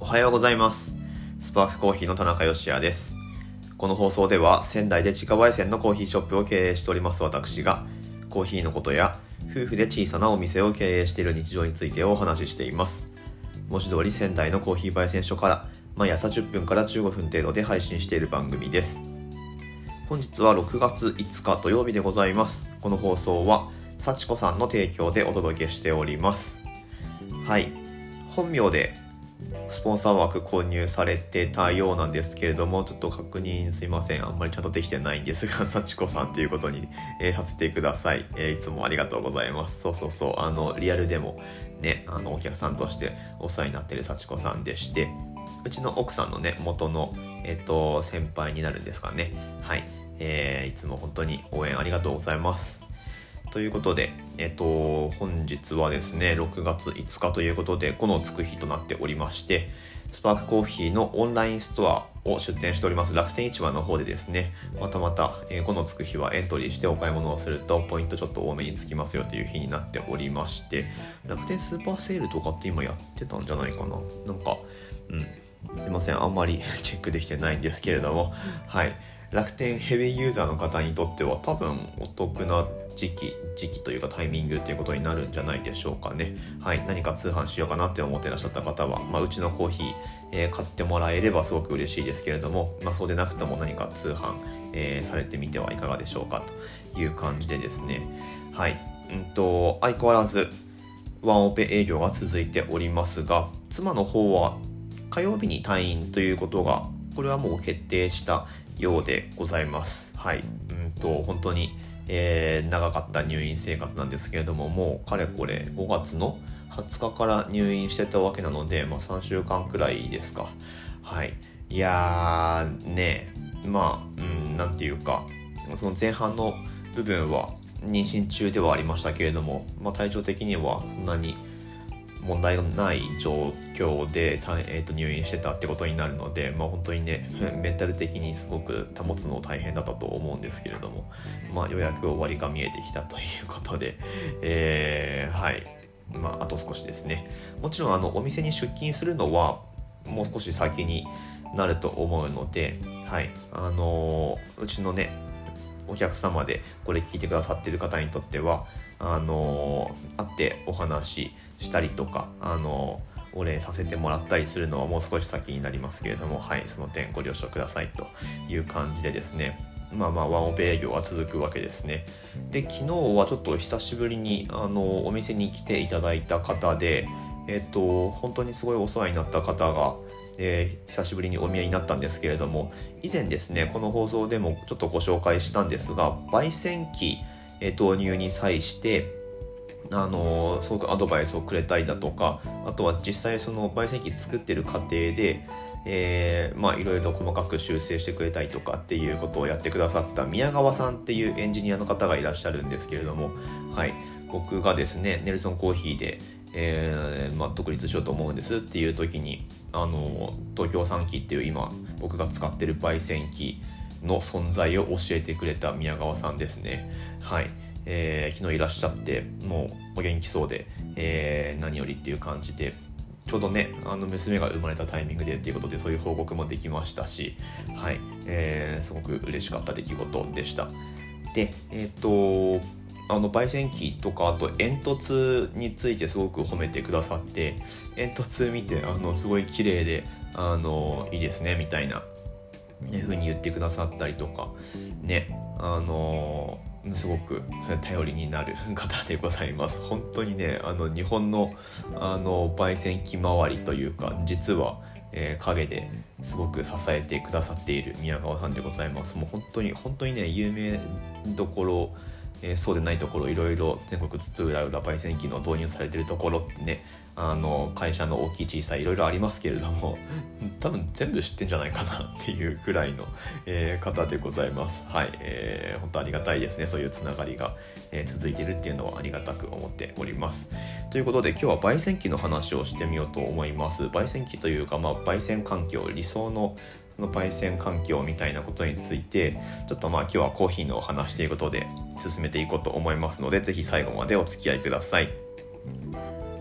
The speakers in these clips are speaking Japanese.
おはようございます。スパークコーヒーの田中芳也です。この放送では仙台で自家焙煎のコーヒーショップを経営しております私がコーヒーのことや夫婦で小さなお店を経営している日常についてお話ししています。文字通り仙台のコーヒー焙煎所から毎朝10分から15分程度で配信している番組です。本日は6月5日土曜日でございます。この放送は幸子さんの提供でお届けしております。はい、本名でスポンサー枠購入されてたようなんですけれども、ちょっと確認すいません、あんまりちゃんとできてないんですが、幸子さんということに、させてください。いつもありがとうございます。そうリアルでもね、お客さんとしてお世話になっている幸子さんでして、うちの奥さんのね元の先輩になるんですかね。はい、いつも本当に応援ありがとうございます。ということで、本日はですね、6月5日ということで、5のつく日となっておりまして、スパークコーヒーのオンラインストアを出店しております楽天市場の方でですね、また5のつく日はエントリーしてお買い物をするとポイントちょっと多めにつきますよという日になっておりまして、楽天スーパーセールとかって今やってたんじゃないかな。すいません、あんまりチェックできてないんですけれども、はい。楽天ヘビーユーザーの方にとっては多分お得な時期というかタイミングということになるんじゃないでしょうかね。はい、何か通販しようかなって思っていらっしゃった方は、うちのコーヒー、買ってもらえればすごく嬉しいですけれども、そうでなくても何か通販、されてみてはいかがでしょうかという感じでですね。はい、相変わらずワンオペ営業が続いておりますが、妻の方は火曜日に退院ということがこれはもう決定したようでございます。はい、本当に、長かった入院生活なんですけれども、もうかれこれ5月の20日から入院してたわけなので、3週間くらいですか。はい、いやーね、なんていうか、その前半の部分は妊娠中ではありましたけれども、体調的にはそんなに問題がない状況で、入院してたってことになるので、本当にねメンタル的にすごく保つの大変だったと思うんですけれども、ようやく終わりが見えてきたということで、はい、あと少しですね。もちろんお店に出勤するのはもう少し先になると思うので、はい、うちのねお客様でこれ聞いてくださっている方にとっては会ってお話ししたりとかお礼させてもらったりするのはもう少し先になりますけれども、はい、その点ご了承くださいという感じでですね、ワンオペ営業は続くわけですね。で、昨日はちょっと久しぶりにお店に来ていただいた方で、本当にすごいお世話になった方が久しぶりにお見えになったんですけれども、以前ですねこの放送でもちょっとご紹介したんですが、焙煎機、導入に際してすごくアドバイスをくれたりだとか、あとは実際その焙煎機作ってる過程でいろいろ細かく修正してくれたりとかっていうことをやってくださった宮川さんっていうエンジニアの方がいらっしゃるんですけれども、はい、僕がですねネルソンコーヒーで独立しようと思うんですっていう時に東京産機っていう今僕が使ってる焙煎機の存在を教えてくれた宮川さんですね。はい、昨日いらっしゃって、もうお元気そうで、何よりっていう感じで、ちょうどね娘が生まれたタイミングでっていうことでそういう報告もできましたし、はい、すごく嬉しかった出来事でした。で、焙煎機とかあと煙突についてすごく褒めてくださって、煙突見てすごい綺麗でいいですねみたいな風に言ってくださったりとかね、すごく頼りになる方でございます。本当にね日本の焙煎機周りというか実は陰ですごく支えてくださっている宮川さんでございます。もう本当にね有名どころそうでないところいろいろ全国津々浦々焙煎機の導入されているところってね会社の大きい小さいいろいろありますけれども多分全部知ってんじゃないかなっていうくらいの、方でございます。はい、本当ありがたいですね。そういうつながりが、続いているっていうのはありがたく思っております。ということで今日は焙煎機の話をしてみようと思います。焙煎機というか、焙煎環境、理想の焙煎環境みたいなことについてちょっと今日はコーヒーのお話ということで進めていこうと思いますので、ぜひ最後までお付き合いください。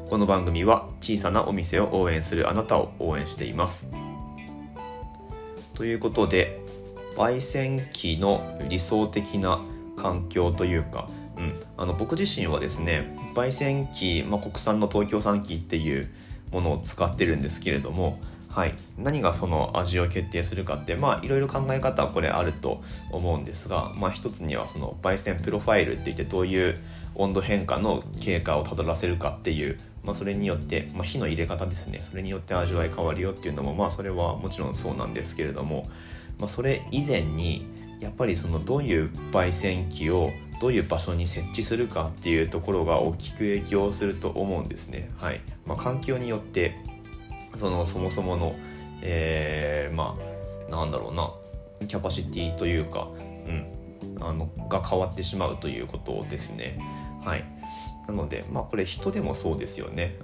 この番組は小さなお店を応援するあなたを応援しています。ということで、焙煎機の理想的な環境というか、僕自身はですね、焙煎機、国産の東京産機っていうものを使ってるんですけれども、何がその味を決定するかって、いろいろ考え方はこれあると思うんですが、一つにはその焙煎プロファイルっていって、どういう温度変化の経過をたどらせるかっていう、それによって、火の入れ方ですね、それによって味わい変わるよっていうのも、それはもちろんそうなんですけれども、それ以前にやっぱりそのどういう焙煎機をどういう場所に設置するかっていうところが大きく影響すると思うんですね。環境によってそもそもの、キャパシティというか、が変わってしまうということですね。なので、これ人でもそうですよね。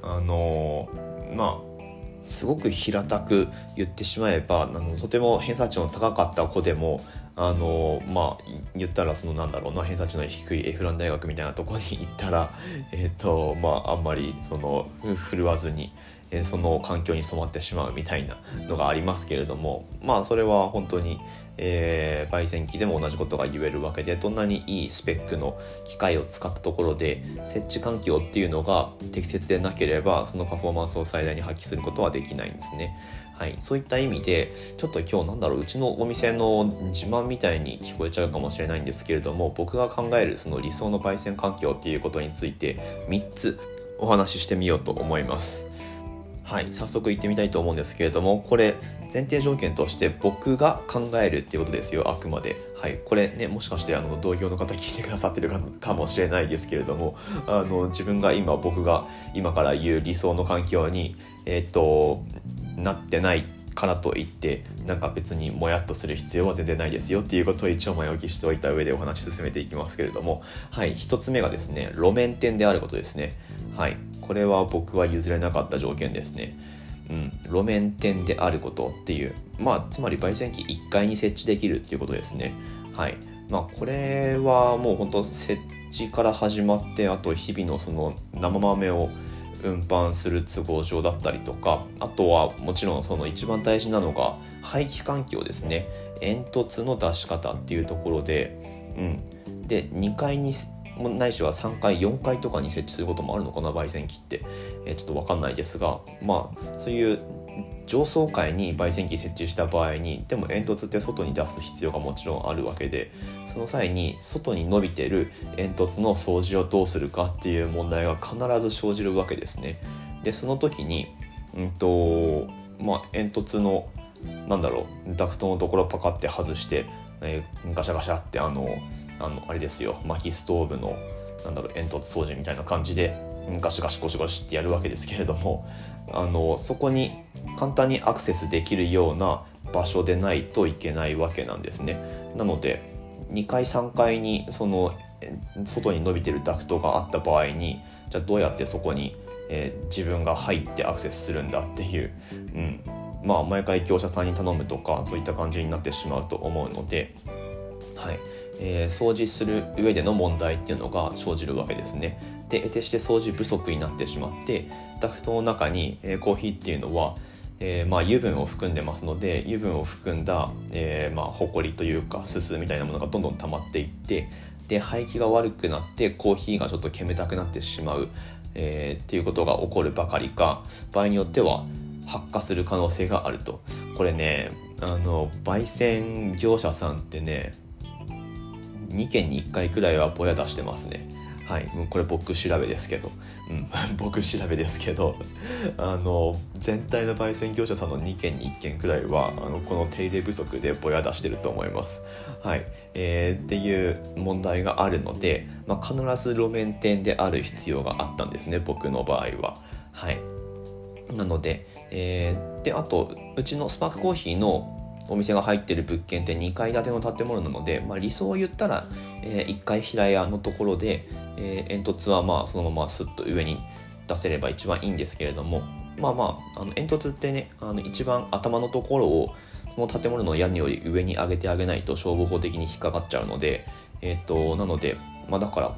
すごく平たく言ってしまえば、とても偏差値の高かった子でも言ったら偏差値の低いエフラン大学みたいなところに行ったらあんまり振るわずにその環境に染まってしまうみたいなのがありますけれども、それは本当に焙煎機でも同じことが言えるわけで、どんなにいいスペックの機械を使ったところで設置環境っていうのが適切でなければ、そのパフォーマンスを最大に発揮することはできないんですね。そういった意味でちょっと今日うちのお店の自慢みたいに聞こえちゃうかもしれないんですけれども、僕が考えるその理想の焙煎環境っていうことについて3つお話ししてみようと思います。早速行ってみたいと思うんですけれども、これ前提条件として僕が考えるっていうことですよ、あくまで。これね、もしかして同業の方聞いてくださってるかもしれないですけれども、僕が今から言う理想の環境になってないからといって別にもやっとする必要は全然ないですよっていうことを一応前置きしておいた上でお話し進めていきますけれども、一つ目がですね、路面店であることですね。これは僕は譲れなかった条件ですね。路面店であることっていう、つまり焙煎機1階に設置できるっていうことですね。これはもう本当設置から始まって、あと日々のその生豆を運搬する都合上だったりとか、あとはもちろんその一番大事なのが排気環境ですね。煙突の出し方っていうところで、で2階にないしは3階4階とかに設置することもあるのかな、焙煎機って、ちょっと分かんないですが、そういう上層階に焙煎機設置した場合にでも煙突って外に出す必要がもちろんあるわけで、その際に外に伸びてる煙突の掃除をどうするかっていう問題が必ず生じるわけですね。でその時に煙突のダクトのところパカって外して、ガシャガシャってあれですよ、薪ストーブの煙突掃除みたいな感じでガシガシゴシゴシってやるわけですけれども、そこに簡単にアクセスできるような場所でないといけないわけなんですね。なので2階3階にその外に伸びてるダクトがあった場合に、じゃあどうやってそこに、自分が入ってアクセスするんだっていう、毎回業者さんに頼むとかそういった感じになってしまうと思うので、掃除する上での問題っていうのが生じるわけですね。で得てして掃除不足になってしまって、ダクトの中に、コーヒーっていうのは、油分を含んでますので、油分を含んだ、ホコリというかすすみたいなものがどんどん溜まっていって、で排気が悪くなってコーヒーがちょっと煙たくなってしまう、っていうことが起こるばかりか、場合によっては発火する可能性があると。これね、焙煎業者さんってね、2件に1回くらいはぼや出してますね。もうこれ僕調べですけど、僕調べですけど全体の焙煎業者さんの2件に1件くらいはこの手入れ不足でぼや出してると思います。っていう問題があるので、必ず路面店である必要があったんですね、僕の場合は。なので、であとうちのスパークコーヒーのお店が入っている物件って2階建ての建物なので、理想を言ったら、1階平屋のところで、煙突はそのままスッと上に出せれば一番いいんですけれども、煙突ってね、一番頭のところをその建物の屋根より上に上げてあげないと消防法的に引っかかっちゃうので、なので、だから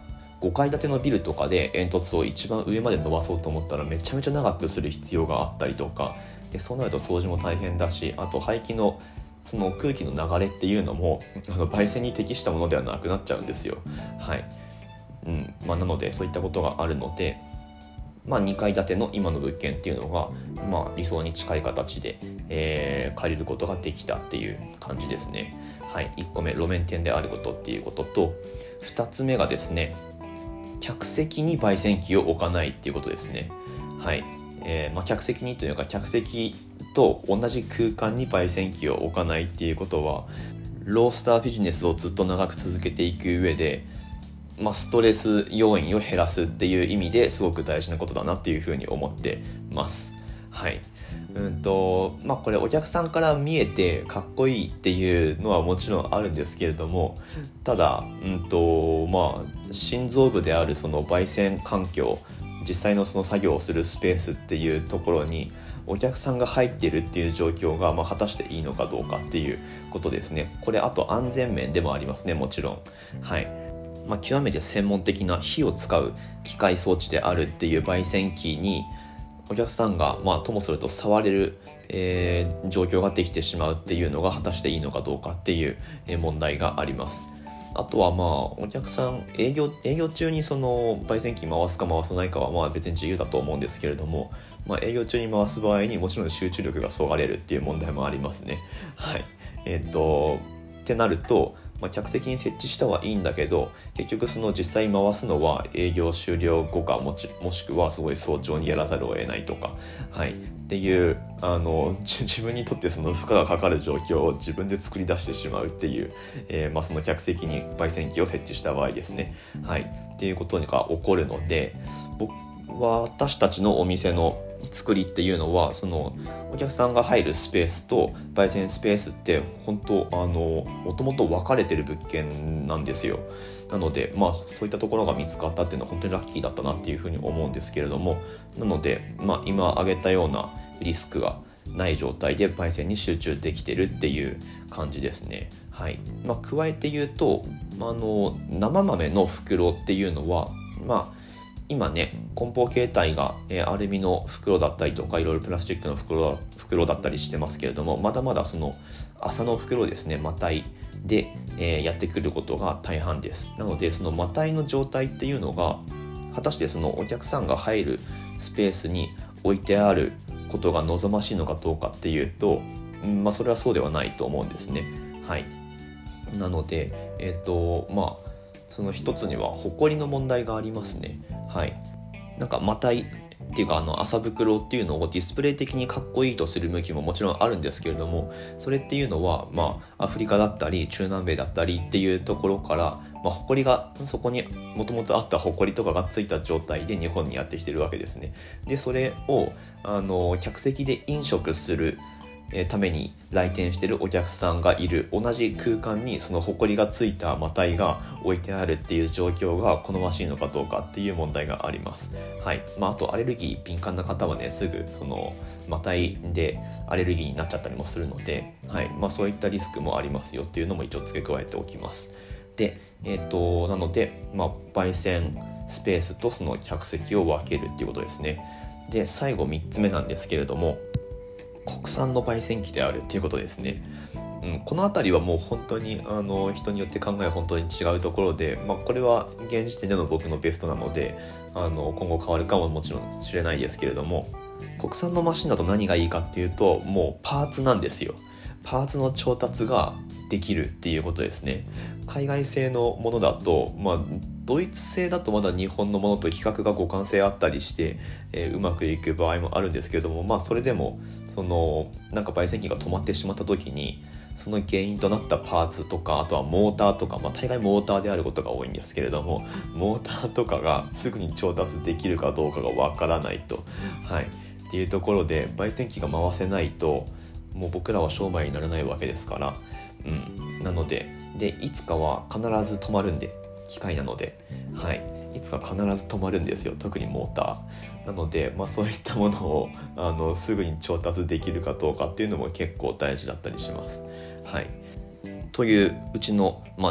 5階建てのビルとかで煙突を一番上まで伸ばそうと思ったらめちゃめちゃ長くする必要があったりとかで、そうなると掃除も大変だし、あと排気のその空気の流れっていうのも焙煎に適したものではなくなっちゃうんですよ。はい。なのでそういったことがあるので、2階建ての今の物件っていうのが、理想に近い形で、借りることができたっていう感じですね。はい、1個目路面店であることっていうことと、2つ目がですね、客席に焙煎機を置かないっていうことですね。はい。客席にというか、客席と同じ空間に焙煎機を置かないっていうことは、ロースタービジネスをずっと長く続けていく上で、ストレス要因を減らすっていう意味ですごく大事なことだなっていうふうに思ってます。はい。これお客さんから見えてかっこいいっていうのはもちろんあるんですけれども、ただ心臓部であるその焙煎環境、実際のその作業をするスペースっていうところにお客さんが入っているっていう状況が果たしていいのかどうかっていうことですね。これあと安全面でもありますね、もちろん。はい。極めて専門的な火を使う機械装置であるっていう焙煎機にお客さんがともすると触れる、状況ができてしまうっていうのが果たしていいのかどうかっていう問題があります。あとはお客さん営業中にその焙煎機回すか回さないかは別に自由だと思うんですけれども、営業中に回す場合にもちろん集中力がそがれるっていう問題もありますね。はい。ってなると客席に設置したはいいんだけど、結局その実際回すのは営業終了後かもしくはすごい早朝にやらざるを得ないとか、はい、っていう自分にとってその負荷がかかる状況を自分で作り出してしまうっていう、その客席に焙煎機を設置した場合ですね、はい、っていうことが起こるので、私たちのお店の作りっていうのはそのお客さんが入るスペースと焙煎スペースって本当もともと分かれてる物件なんですよ。なのでそういったところが見つかったっていうのは本当にラッキーだったなっていうふうに思うんですけれども、なので今挙げたようなリスクがない状態で焙煎に集中できてるっていう感じですね。はい。加えて言うと生豆の袋っていうのは今ね梱包形態がアルミの袋だったりとかいろいろプラスチックの袋だったりしてますけれども、まだまだその麻の袋ですね、マタイでやってくることが大半です。なのでそのマタイの状態っていうのが果たしてそのお客さんが入るスペースに置いてあることが望ましいのかどうかっていうと、それはそうではないと思うんですね。はい。なのでその一つには埃の問題がありますね。はい。マタイっていうか麻袋っていうのをディスプレイ的にかっこいいとする向きももちろんあるんですけれども、それっていうのはアフリカだったり中南米だったりっていうところから埃がそこにもともとあった埃とかがついた状態で日本にやってきてるわけですね。でそれを客席で飲食するために来店しているお客さんがいる同じ空間にその埃がついたマタイが置いてあるっていう状況が好ましいのかどうかっていう問題があります。はい。あとアレルギー敏感な方はねすぐそのマタイでアレルギーになっちゃったりもするので、はい。そういったリスクもありますよっていうのも一応付け加えておきます。で、なので焙煎スペースとその客席を分けるっていうことですね。で最後3つ目なんですけれども、国産の焙煎機であるっていうことですね。このあたりはもう本当に人によって考えは本当に違うところで、これは現時点での僕のベストなので今後変わるかももちろん知れないですけれども、国産のマシンだと何がいいかっていうともうパーツなんですよ。パーツの調達ができるっていうことですね。海外製のものだとドイツ製だとまだ日本のものと規格が互換性あったりして、うまくいく場合もあるんですけれども、それでもその焙煎機が止まってしまった時にその原因となったパーツとか、あとはモーターとか、大概モーターであることが多いんですけれども、モーターとかがすぐに調達できるかどうかがわからないと、はい、っていうところで焙煎機が回せないともう僕らは商売にならないわけですから、なのでいつかは必ず止まるんで、機械なので、はい、いつか必ず止まるんですよ、特にモーターなので、そういったものをすぐに調達できるかどうかっていうのも結構大事だったりします。はい、といううちの、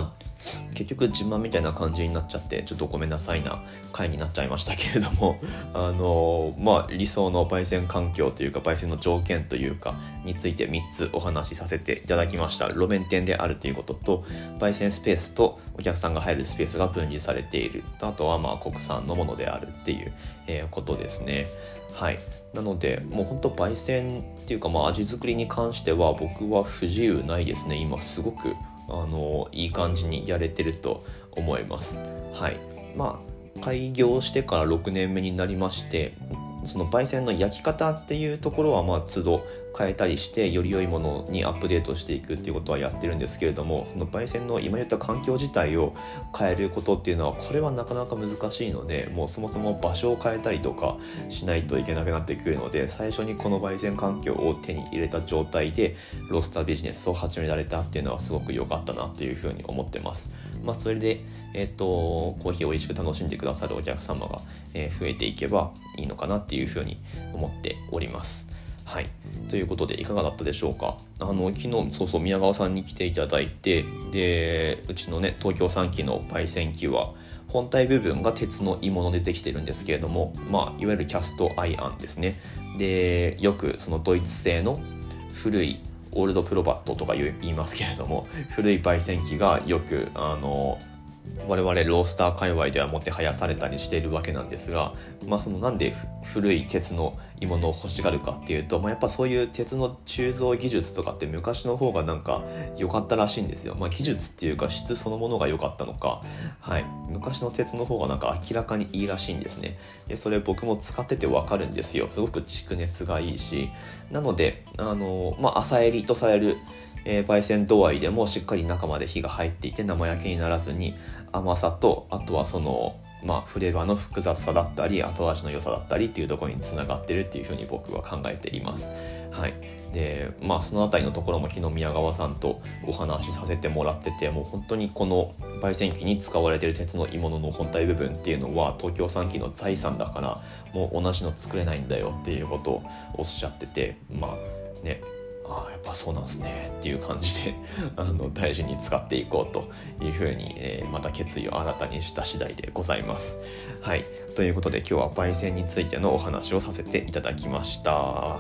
結局自慢みたいな感じになっちゃってちょっとごめんなさいな回になっちゃいましたけれども理想の焙煎環境というか焙煎の条件というかについて3つお話しさせていただきました。路面店であるということと、焙煎スペースとお客さんが入るスペースが分離されている、あとは国産のものであるっていう、ことですね。はい、なのでもう本当焙煎っていうか味作りに関しては僕は不自由ないですね。今すごくいい感じにやれてると思います。はい、開業してから6年目になりまして、その焙煎の焼き方っていうところは都度変えたりしてより良いものにアップデートしていくっていうことはやってるんですけれども、その焙煎の今言った環境自体を変えることっていうのはこれはなかなか難しいので、もうそもそも場所を変えたりとかしないといけなくなってくるので、最初にこの焙煎環境を手に入れた状態でロースタービジネスを始められたっていうのはすごく良かったなっていうふうに思ってます。それでコーヒーを美味しく楽しんでくださるお客様が増えていけばいいのかなっていうふうに思っております。はい、ということでいかがだったでしょうか。昨日宮川さんに来ていただいて、でうちのね東京3機の焙煎機は本体部分が鉄の鋳物でできてるんですけれども、いわゆるキャストアイアンですね。でよくそのドイツ製の古いオールドプロバットとか言いますけれども、古い焙煎機がよく我々ロースター界隈ではもてはやされたりしているわけなんですが、なんで古い鉄の鋳物を欲しがるかっていうと、やっぱそういう鉄の鋳造技術とかって昔の方が良かったらしいんですよ。技術っていうか質そのものが良かったのか、はい、昔の鉄の方が明らかにいいらしいんですね。でそれ僕も使ってて分かるんですよ。すごく蓄熱がいいし、なので浅煎りとされる焙煎度合いでもしっかり中まで火が入っていて生焼けにならずに、甘さとあとはそのフレーバーの複雑さだったり後味の良さだったりっていうところにつながってるっていうふうに僕は考えています。はい、でそのあたりのところも昨日宮川さんとお話しさせてもらってて、もう本当にこの焙煎機に使われている鉄の鋳物の本体部分っていうのは東京3機の財産だからもう同じの作れないんだよっていうことをおっしゃってて、やっぱそうなんですねっていう感じで大事に使っていこうというふうに、また決意を新たにした次第でございます。はい、ということで今日は焙煎についてのお話をさせていただきました。はい、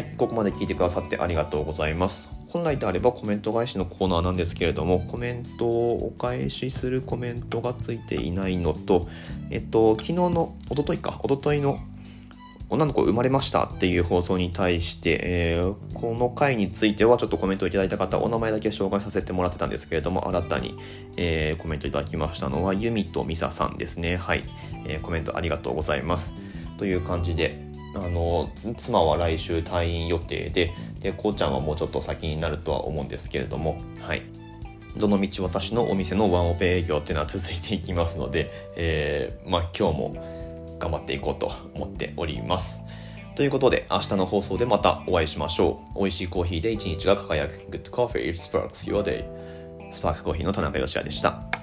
ここまで聞いてくださってありがとうございます。本来であればコメント返しのコーナーなんですけれども、コメントをお返しするコメントがついていないのと、昨日の一昨日の女の子生まれましたっていう放送に対して、この回についてはちょっとコメントをいただいた方、お名前だけ紹介させてもらってたんですけれども、新たに、コメントいただきましたのはユミとミサさんですね。はい、コメントありがとうございます。という感じで、妻は来週退院予定で、こうちゃんはもうちょっと先になるとは思うんですけれども、はい、どのみち私のお店のワンオペ営業っていうのは続いていきますので、今日も頑張っていこうと思っております。ということで明日の放送でまたお会いしましょう。美味しいコーヒーで一日が輝く Good Coffee It Sparks Your Day。スパークコーヒーの田中芳也でした。